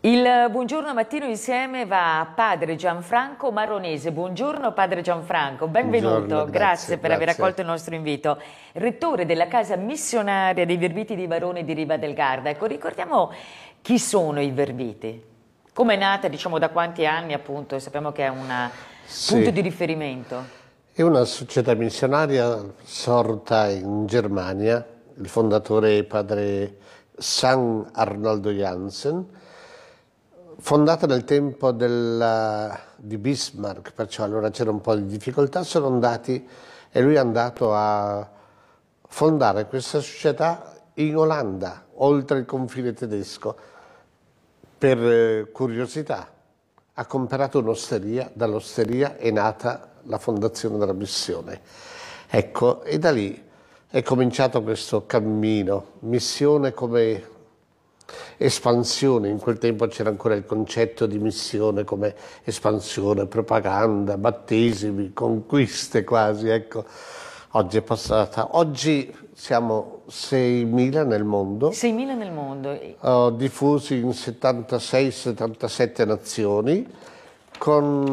Il buongiorno mattino insieme va a padre Gianfranco Maronese. Buongiorno padre Gianfranco, benvenuto, Buongiorno, grazie per aver grazie. accolto il nostro invito. Rettore della casa missionaria dei Verbiti di Varone di Riva del Garda. Ecco, ricordiamo chi sono i Verbiti. Come è nata, diciamo da quanti anni appunto, sappiamo che è un punto Sì, di riferimento. è una società missionaria sorta in Germania. Il fondatore è padre San Arnoldo Jansen, fondata nel tempo di Bismarck, perciò allora c'era un po' di difficoltà, sono andati e lui è andato a fondare questa società in Olanda, oltre il confine tedesco, per curiosità. Ha comprato un'osteria, dall'osteria è nata la fondazione della missione. Ecco, e da lì è cominciato questo cammino, missione come espansione. In quel tempo c'era ancora il concetto di missione come espansione, propaganda, battesimi, conquiste quasi, ecco. Oggi è passata. Oggi siamo 6.000 nel mondo, 6.000 nel mondo. diffusi in 76-77 nazioni, con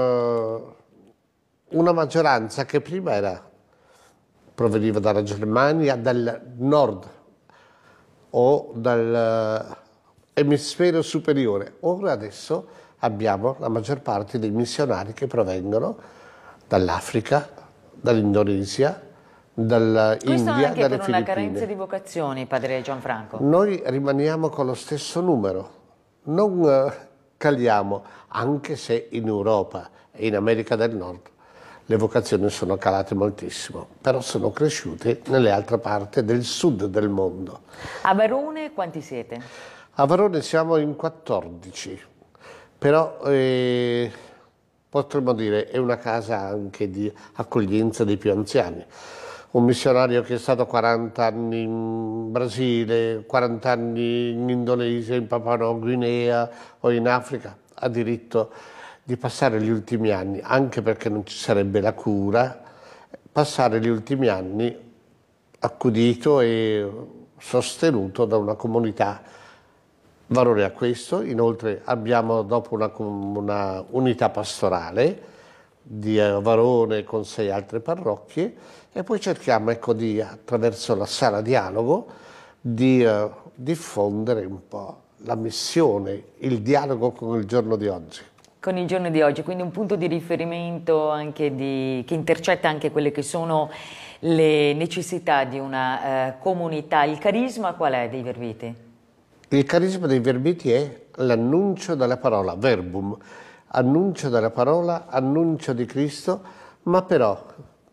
una maggioranza che prima proveniva dalla Germania, dal nord o dall'emisfero superiore. Ora adesso abbiamo la maggior parte dei missionari che provengono dall'Africa, dall'Indonesia, Questo dall'India, anche dalle per una carenza Filippine. di vocazioni, padre Gianfranco. Noi rimaniamo con lo stesso numero, non caliamo, anche se in Europa e in America del Nord le vocazioni sono calate moltissimo, però sono cresciute nelle altre parti del sud del mondo. A Varone quanti siete? A Varone siamo in 14, però potremmo dire è una casa anche di accoglienza dei più anziani. Un missionario che è stato 40 anni in Brasile, 40 anni in Indonesia, in Papua Nuova Guinea o in Africa ha diritto di passare gli ultimi anni, anche perché non ci sarebbe la cura, passare gli ultimi anni accudito e sostenuto da una comunità. Valore a questo. Inoltre abbiamo dopo una unità pastorale di Varone con 6 altre parrocchie e poi cerchiamo, ecco, attraverso la sala dialogo di diffondere un po' la missione, il dialogo con il giorno di oggi. Con il giorno di oggi, quindi un punto di riferimento anche che intercetta anche quelle che sono le necessità di una comunità. Il carisma qual è dei Verbiti? Il carisma dei Verbiti è l'annuncio della parola, verbum, annuncio della parola, annuncio di Cristo, ma però,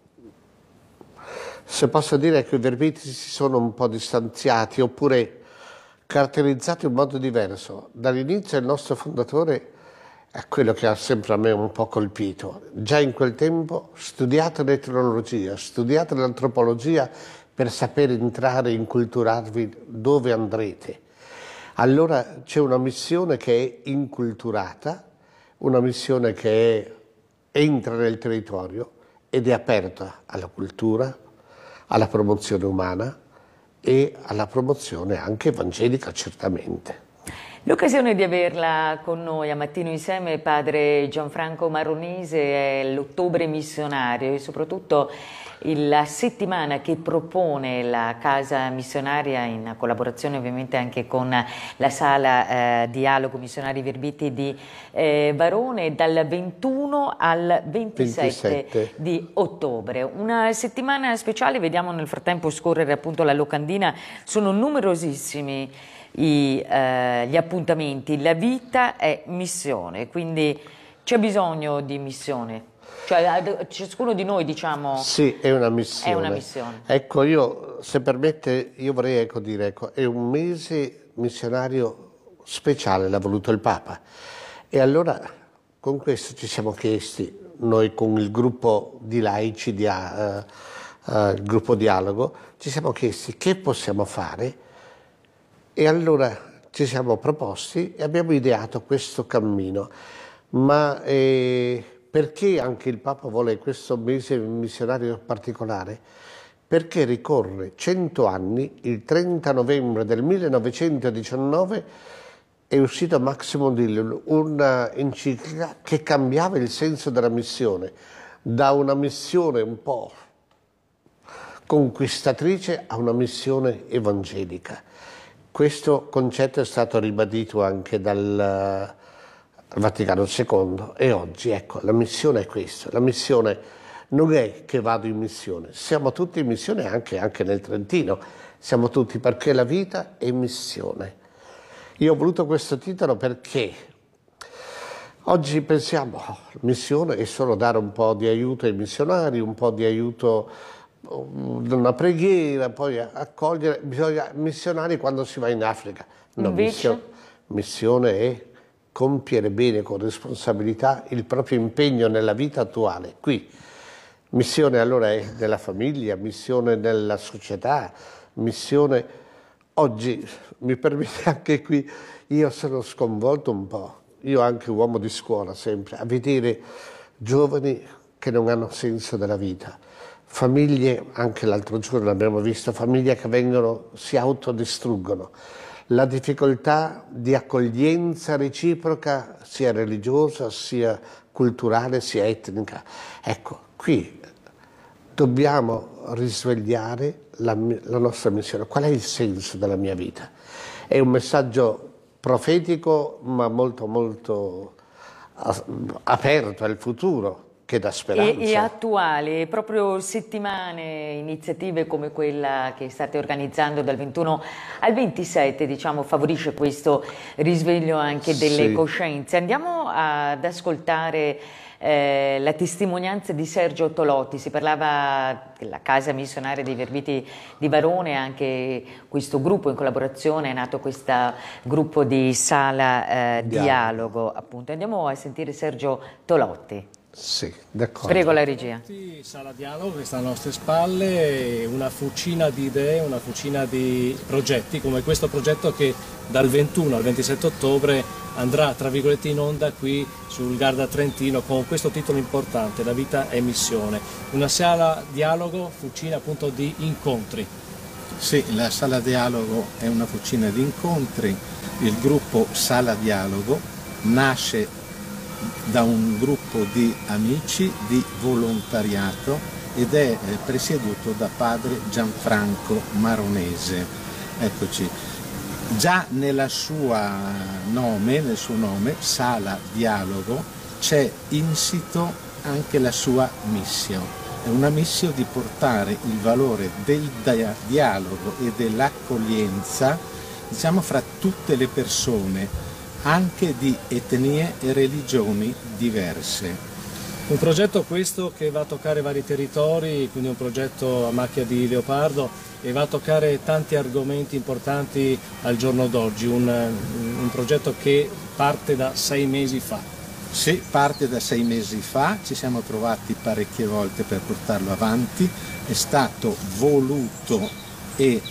se posso dire che i Verbiti si sono un po' distanziati oppure caratterizzati in modo diverso. Dall'inizio il nostro fondatore è quello che ha sempre a me un po' colpito. Già in quel tempo studiate l'etenologia, studiate l'antropologia per sapere entrare e inculturarvi dove andrete. Allora c'è una missione che è inculturata, una missione che entra nel territorio ed è aperta alla cultura, alla promozione umana e alla promozione anche evangelica, certamente. L'occasione di averla con noi a Mattino Insieme, padre Gianfranco Maronese, è l'Ottobre Missionario e soprattutto la settimana che propone la Casa Missionaria in collaborazione ovviamente anche con la Sala Dialogo Missionari Verbiti di Varone dal 21 al 27 di ottobre. Una settimana speciale, vediamo nel frattempo scorrere appunto la locandina, sono numerosissimi gli appuntamenti. La vita è missione, quindi c'è bisogno di missione, cioè ciascuno di noi, diciamo, sì, è una missione. È una missione. Ecco, io, se permette, io vorrei dire, ecco, è un mese missionario speciale, l'ha voluto il Papa. E allora con questo ci siamo chiesti, noi con il gruppo di laici, il gruppo Dialogo, ci siamo chiesti che possiamo fare. E allora ci siamo proposti e abbiamo ideato questo cammino. Ma perché anche il Papa vuole questo mese missionario particolare? Perché ricorre 100 anni, il 30 novembre del 1919, è uscito Maximum Dillon, un'enciclica che cambiava il senso della missione, da una missione un po' conquistatrice a una missione evangelica. Questo concetto è stato ribadito anche dal Vaticano II e oggi, ecco, la missione è questa. La missione non è che vado in missione, siamo tutti in missione anche nel Trentino, siamo tutti, perché la vita è missione. Io ho voluto questo titolo perché oggi pensiamo, missione è solo dare un po' di aiuto ai missionari, un po' di aiuto, una preghiera, poi accogliere, bisogna missionari quando si va in Africa. No, missione è compiere bene con responsabilità il proprio impegno nella vita attuale. Qui missione allora è nella famiglia, missione nella società, missione. Oggi, mi permette anche qui, io sono sconvolto un po', io anche uomo di scuola sempre, a vedere giovani che non hanno senso della vita, famiglie, anche l'altro giorno abbiamo visto, famiglie che si autodistruggono, la difficoltà di accoglienza reciproca, sia religiosa, sia culturale, sia etnica. Ecco, qui dobbiamo risvegliare la nostra missione. Qual è il senso della mia vita? È un messaggio profetico, ma molto molto aperto al futuro, che dà speranza. E attuale, proprio settimane, iniziative come quella che state organizzando dal 21 al 27, diciamo, favorisce questo risveglio anche delle coscienze. Andiamo ad ascoltare la testimonianza di Sergio Tolotti. Si parlava della Casa Missionaria dei Verbiti di Varone, anche questo gruppo in collaborazione, è nato questo gruppo di Sala Dialogo, appunto. Andiamo a sentire Sergio Tolotti. Sì, d'accordo. Prego la regia. Sala Dialogo che sta alle nostre spalle, una fucina di idee, una fucina di progetti, come questo progetto che dal 21 al 27 ottobre andrà, tra virgolette, in onda qui sul Garda Trentino con questo titolo importante, La vita è missione. Una sala dialogo, fucina appunto di incontri. Sì, la Sala Dialogo è una fucina di incontri. Il gruppo Sala Dialogo nasce da un gruppo di amici di volontariato ed è presieduto da padre Gianfranco Maronese. Eccoci. Già nel suo nome, Sala Dialogo, c'è insito anche la sua missione. È una missione di portare il valore del dialogo e dell'accoglienza, diciamo, fra tutte le persone, anche di etnie e religioni diverse. Un progetto questo che va a toccare vari territori, quindi un progetto a macchia di leopardo, e va a toccare tanti argomenti importanti al giorno d'oggi, un progetto che parte da 6 mesi fa. Sì, parte da 6 mesi fa, ci siamo trovati parecchie volte per portarlo avanti, è stato voluto e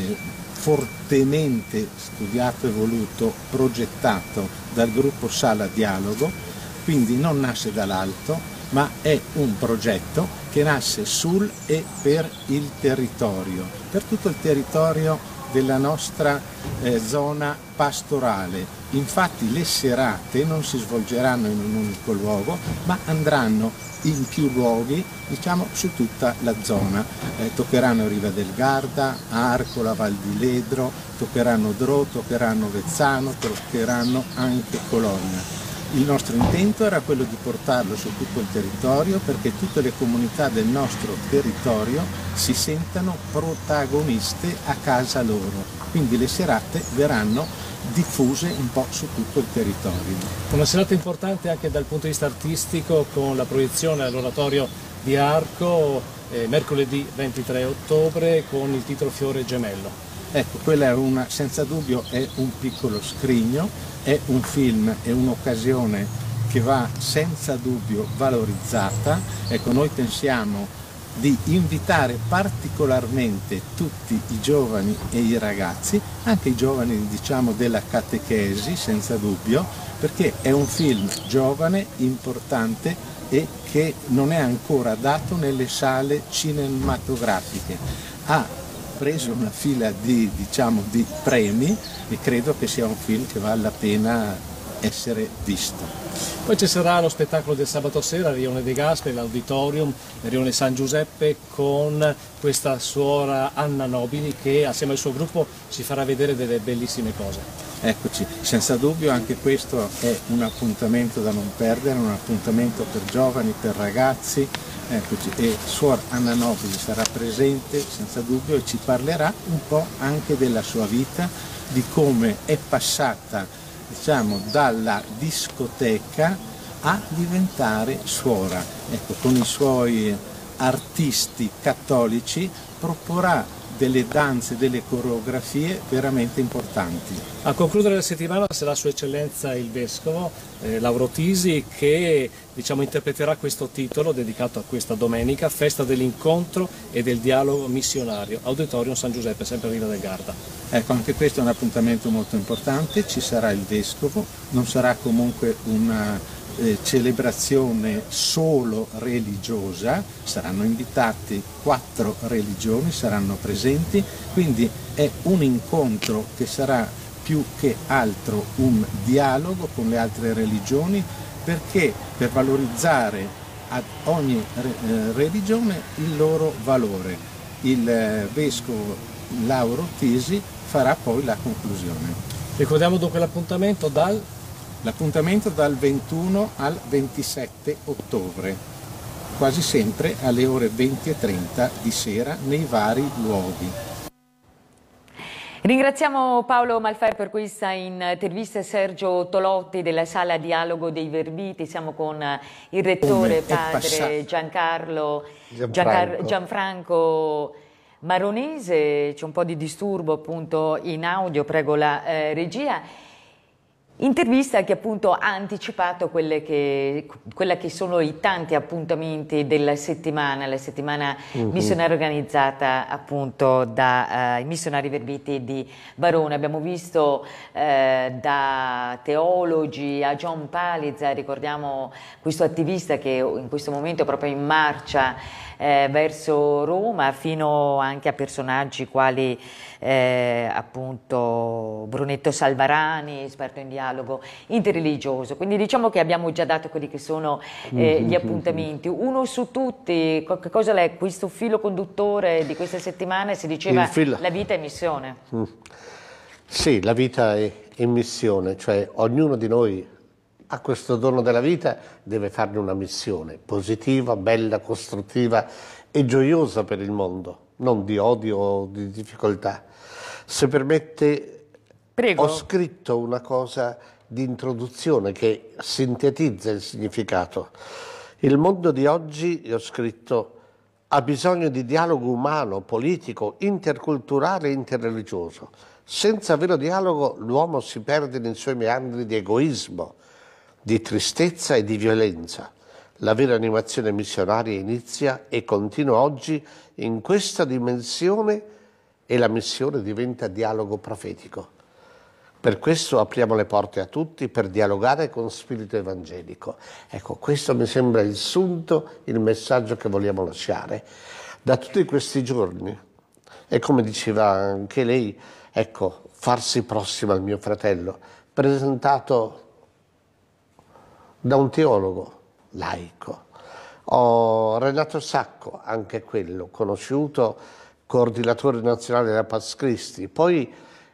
fortemente studiato e voluto, progettato dal gruppo Sala Dialogo, quindi non nasce dall'alto, ma è un progetto che nasce sul e per il territorio, per tutto il territorio della nostra zona pastorale. Infatti le serate non si svolgeranno in un unico luogo, ma andranno in più luoghi, diciamo, su tutta la zona. Toccheranno Riva del Garda, Arcola, Val di Ledro, toccheranno Dro, toccheranno Vezzano, toccheranno anche Cologna. Il nostro intento era quello di portarlo su tutto il territorio perché tutte le comunità del nostro territorio si sentano protagoniste a casa loro, quindi le serate verranno diffuse un po' su tutto il territorio. Una serata importante anche dal punto di vista artistico con la proiezione all'oratorio di Arco mercoledì 23 ottobre con il titolo Fiore Gemello. Ecco, quella è senza dubbio è un piccolo scrigno, è un film, è un'occasione che va senza dubbio valorizzata. Ecco, noi pensiamo di invitare particolarmente tutti i giovani e i ragazzi, anche i giovani, diciamo, della catechesi, senza dubbio, perché è un film giovane, importante e che non è ancora dato nelle sale cinematografiche. Ha preso una fila di, diciamo, di premi e credo che sia un film che vale la pena essere visto. Poi ci sarà lo spettacolo del sabato sera a Rione De Gasperi, l'Auditorium, Rione San Giuseppe, con questa suora Anna Nobili che assieme al suo gruppo ci farà vedere delle bellissime cose. Eccoci, senza dubbio anche questo è un appuntamento da non perdere, un appuntamento per giovani, per ragazzi. Eccoci, e Suor Anna Nobili sarà presente senza dubbio e ci parlerà un po' anche della sua vita, di come è passata, diciamo, dalla discoteca a diventare suora. Ecco, con i suoi artisti cattolici proporrà delle danze, delle coreografie veramente importanti. A concludere la settimana sarà Sua Eccellenza il Vescovo Lauro Tisi che interpreterà questo titolo dedicato a questa domenica, Festa dell'incontro e del dialogo missionario, Auditorium San Giuseppe, sempre a Riva del Garda. Ecco, anche questo è un appuntamento molto importante, ci sarà il Vescovo, non sarà comunque una celebrazione solo religiosa, saranno invitati 4 religioni, saranno presenti, quindi è un incontro che sarà più che altro un dialogo con le altre religioni, perché per valorizzare ad ogni religione il loro valore. Il Vescovo Lauro Tisi farà poi la conclusione. Ricordiamo dunque l'appuntamento dal 21 al 27 ottobre, quasi sempre alle ore 20:30 di sera nei vari luoghi. Ringraziamo Paolo Malfer per questa intervista, Sergio Tolotti della Sala Dialogo dei Verbiti. Siamo con il rettore padre Gianfranco Maronese. C'è un po' di disturbo appunto in audio, prego la regia. Intervista che appunto ha anticipato quella che sono i tanti appuntamenti della settimana, la settimana missionaria organizzata appunto dai missionari verbiti di Varona. Abbiamo visto da teologi a John Palizza, ricordiamo questo attivista che in questo momento è proprio in marcia verso Roma, fino anche a personaggi quali appunto Brunetto Salvarani, esperto in dialogo interreligioso. Quindi diciamo che abbiamo già dato quelli che sono gli appuntamenti. Uno su tutti, che cosa è questo filo conduttore di questa settimana? Si diceva la vita è missione. Sì, la vita è in missione, cioè ognuno di noi a questo dono della vita deve farne una missione positiva, bella, costruttiva e gioiosa per il mondo, non di odio o di difficoltà. Se permette, prego. Ho scritto una cosa di introduzione che sintetizza il significato. Il mondo di oggi, io ho scritto, ha bisogno di dialogo umano, politico, interculturale e interreligioso. Senza vero dialogo l'uomo si perde nei suoi meandri di egoismo, di tristezza e di violenza. La vera animazione missionaria inizia e continua oggi in questa dimensione e la missione diventa dialogo profetico. Per questo apriamo le porte a tutti per dialogare con spirito evangelico. Ecco, questo mi sembra il sunto, il messaggio che vogliamo lasciare. Da tutti questi giorni, e come diceva anche lei, ecco, farsi prossimo al mio fratello, presentato da un teologo laico. Renato Sacco, anche quello, conosciuto, coordinatore nazionale della Pax Christi. Poi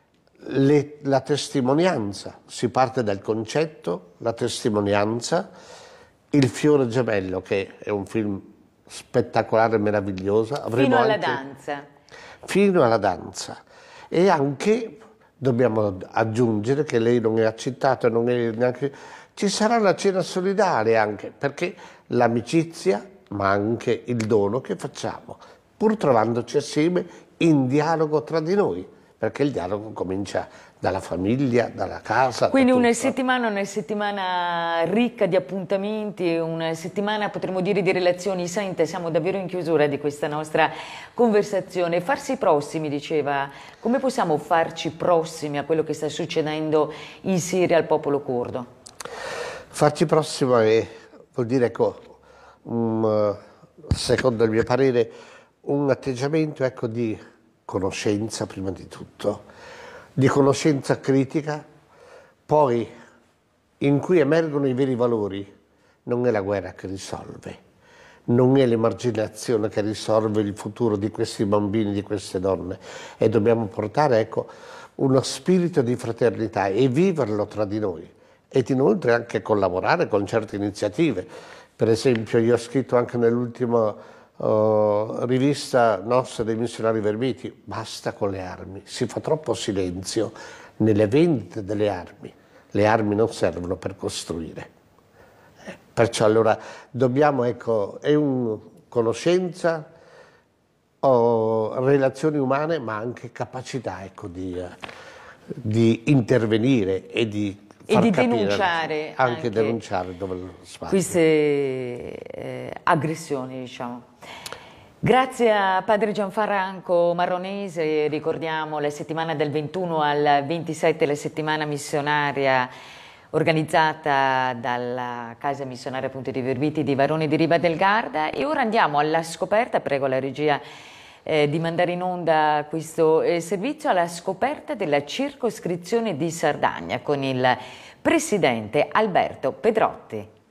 la testimonianza, si parte dal concetto, la testimonianza, Il fiore gemello, che è un film spettacolare e meraviglioso. Fino alla danza. Fino alla danza. E anche, dobbiamo aggiungere, che lei non ha citato, non è neanche... Ci sarà la cena solidale anche, perché l'amicizia, ma anche il dono che facciamo, pur trovandoci assieme in dialogo tra di noi, perché il dialogo comincia dalla famiglia, dalla casa. Quindi una settimana ricca di appuntamenti, una settimana potremmo dire di relazioni sante. Siamo davvero in chiusura di questa nostra conversazione. Farsi prossimi, diceva, come possiamo farci prossimi a quello che sta succedendo in Siria al popolo curdo? Farci prossimo vuol dire, ecco, secondo il mio parere, un atteggiamento, ecco, di conoscenza prima di tutto, di conoscenza critica, poi in cui emergono i veri valori. Non è la guerra che risolve, non è l'emarginazione che risolve il futuro di questi bambini, di queste donne, e dobbiamo portare, ecco, uno spirito di fraternità e viverlo tra di noi, ed inoltre anche collaborare con certe iniziative. Per esempio, io ho scritto anche nell'ultima rivista nostra dei missionari verbiti: basta con le armi, si fa troppo silenzio nelle vendite delle armi, le armi non servono per costruire. Perciò allora dobbiamo, ecco, è un conoscenza, relazioni umane, ma anche capacità, ecco, di intervenire e di far capire, denunciare anche denunciare dove lo spazio. Queste aggressioni, diciamo. Grazie a padre Gianfranco Maronese. Ricordiamo la settimana del 21 al 27, la settimana missionaria organizzata dalla Casa Missionaria Punti di Verbiti di Varone di Riva del Garda. E ora andiamo alla scoperta, prego la regia di mandare in onda questo servizio, alla scoperta della circoscrizione di Sardegna con il presidente Alberto Pedrotti.